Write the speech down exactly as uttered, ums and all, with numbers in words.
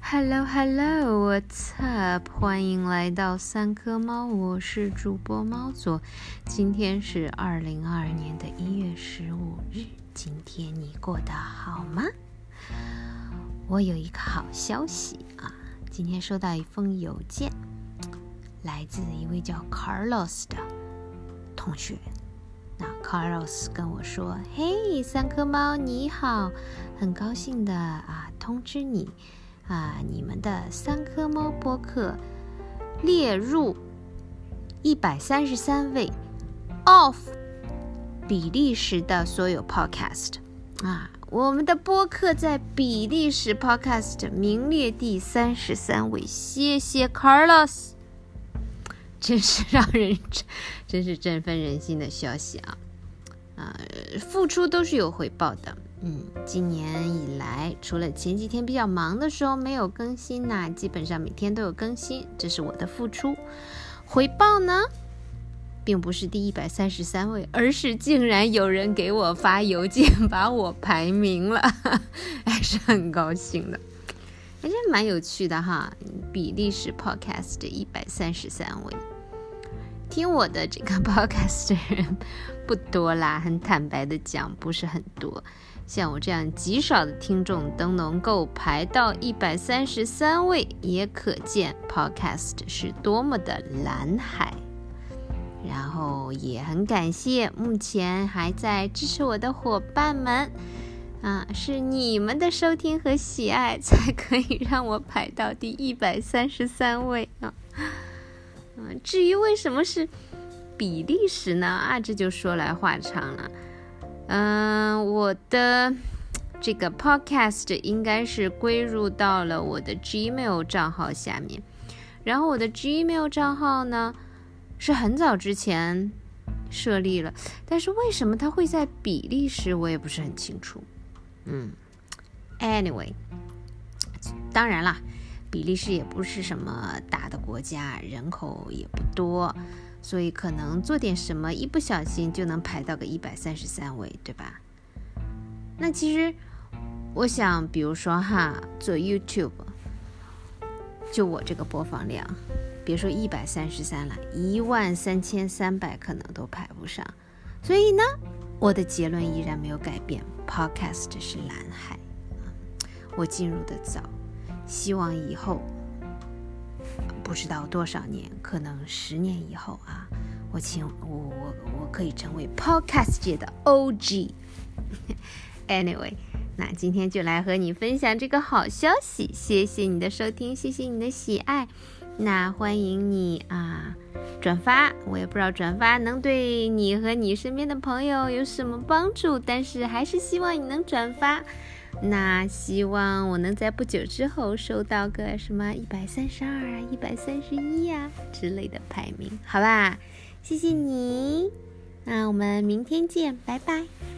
Hello Hello What's up 欢迎来到三颗猫，我是主播猫左。今天是二零二二年的一月十五日，今天你过得好吗？我有一个好消息啊，今天收到一封邮件，来自一位叫 Carlos 的同学。那 Carlos 跟我说，嘿，三颗猫你好，很高兴的啊通知你啊，你们的三颗猫播客列入一百三十三位 of 比利时的所有 podcast 啊，我们的播客在比利时 podcast 名列第三十三位，谢谢 Carlos， 真是让人真是振奋人心的消息啊！啊，付出都是有回报的。嗯，今年以来，除了前几天比较忙的时候没有更新呐，基本上每天都有更新，这是我的付出。回报呢，并不是第一百三十三位，而是竟然有人给我发邮件把我排名了，还是很高兴的，还是蛮有趣的哈。比利时 podcast 的一百三十三位。听我的这个 podcast 的人不多啦，很坦白的讲，不是很多。像我这样极少的听众都能够排到一百三十三位，也可见 podcast 是多么的蓝海。然后也很感谢目前还在支持我的伙伴们啊，是你们的收听和喜爱才可以让我排到第一百三十三位啊。嗯，至于为什么是比利时呢？啊，这就说来话长了。嗯，我的这个 podcast 应该是归入到了我的 Gmail 账号下面，然后我的 Gmail 账号呢是很早之前设立了，但是为什么它会在比利时，我也不是很清楚。嗯 ，anyway， 当然啦。比利时也不是什么大的国家，人口也不多，所以可能做点什么一不小心就能排到个一百三十三位，对吧？那其实我想比如说哈，做 YouTube 就我这个播放量，别说一百三十三了，一万三千三百可能都排不上。所以呢，我的结论依然没有改变， Podcast 是蓝海。我进入的早，希望以后不知道多少年，可能十年以后啊，我请我我我可以成为 podcast 界的 O G。 Anyway， 那今天就来和你分享这个好消息，谢谢你的收听，谢谢你的喜爱。那欢迎你啊转发，我也不知道转发能对你和你身边的朋友有什么帮助，但是还是希望你能转发。那希望我能在不久之后收到个什么一百三十二啊、一百三十一啊之类的排名，好吧？谢谢你，那我们明天见，拜拜。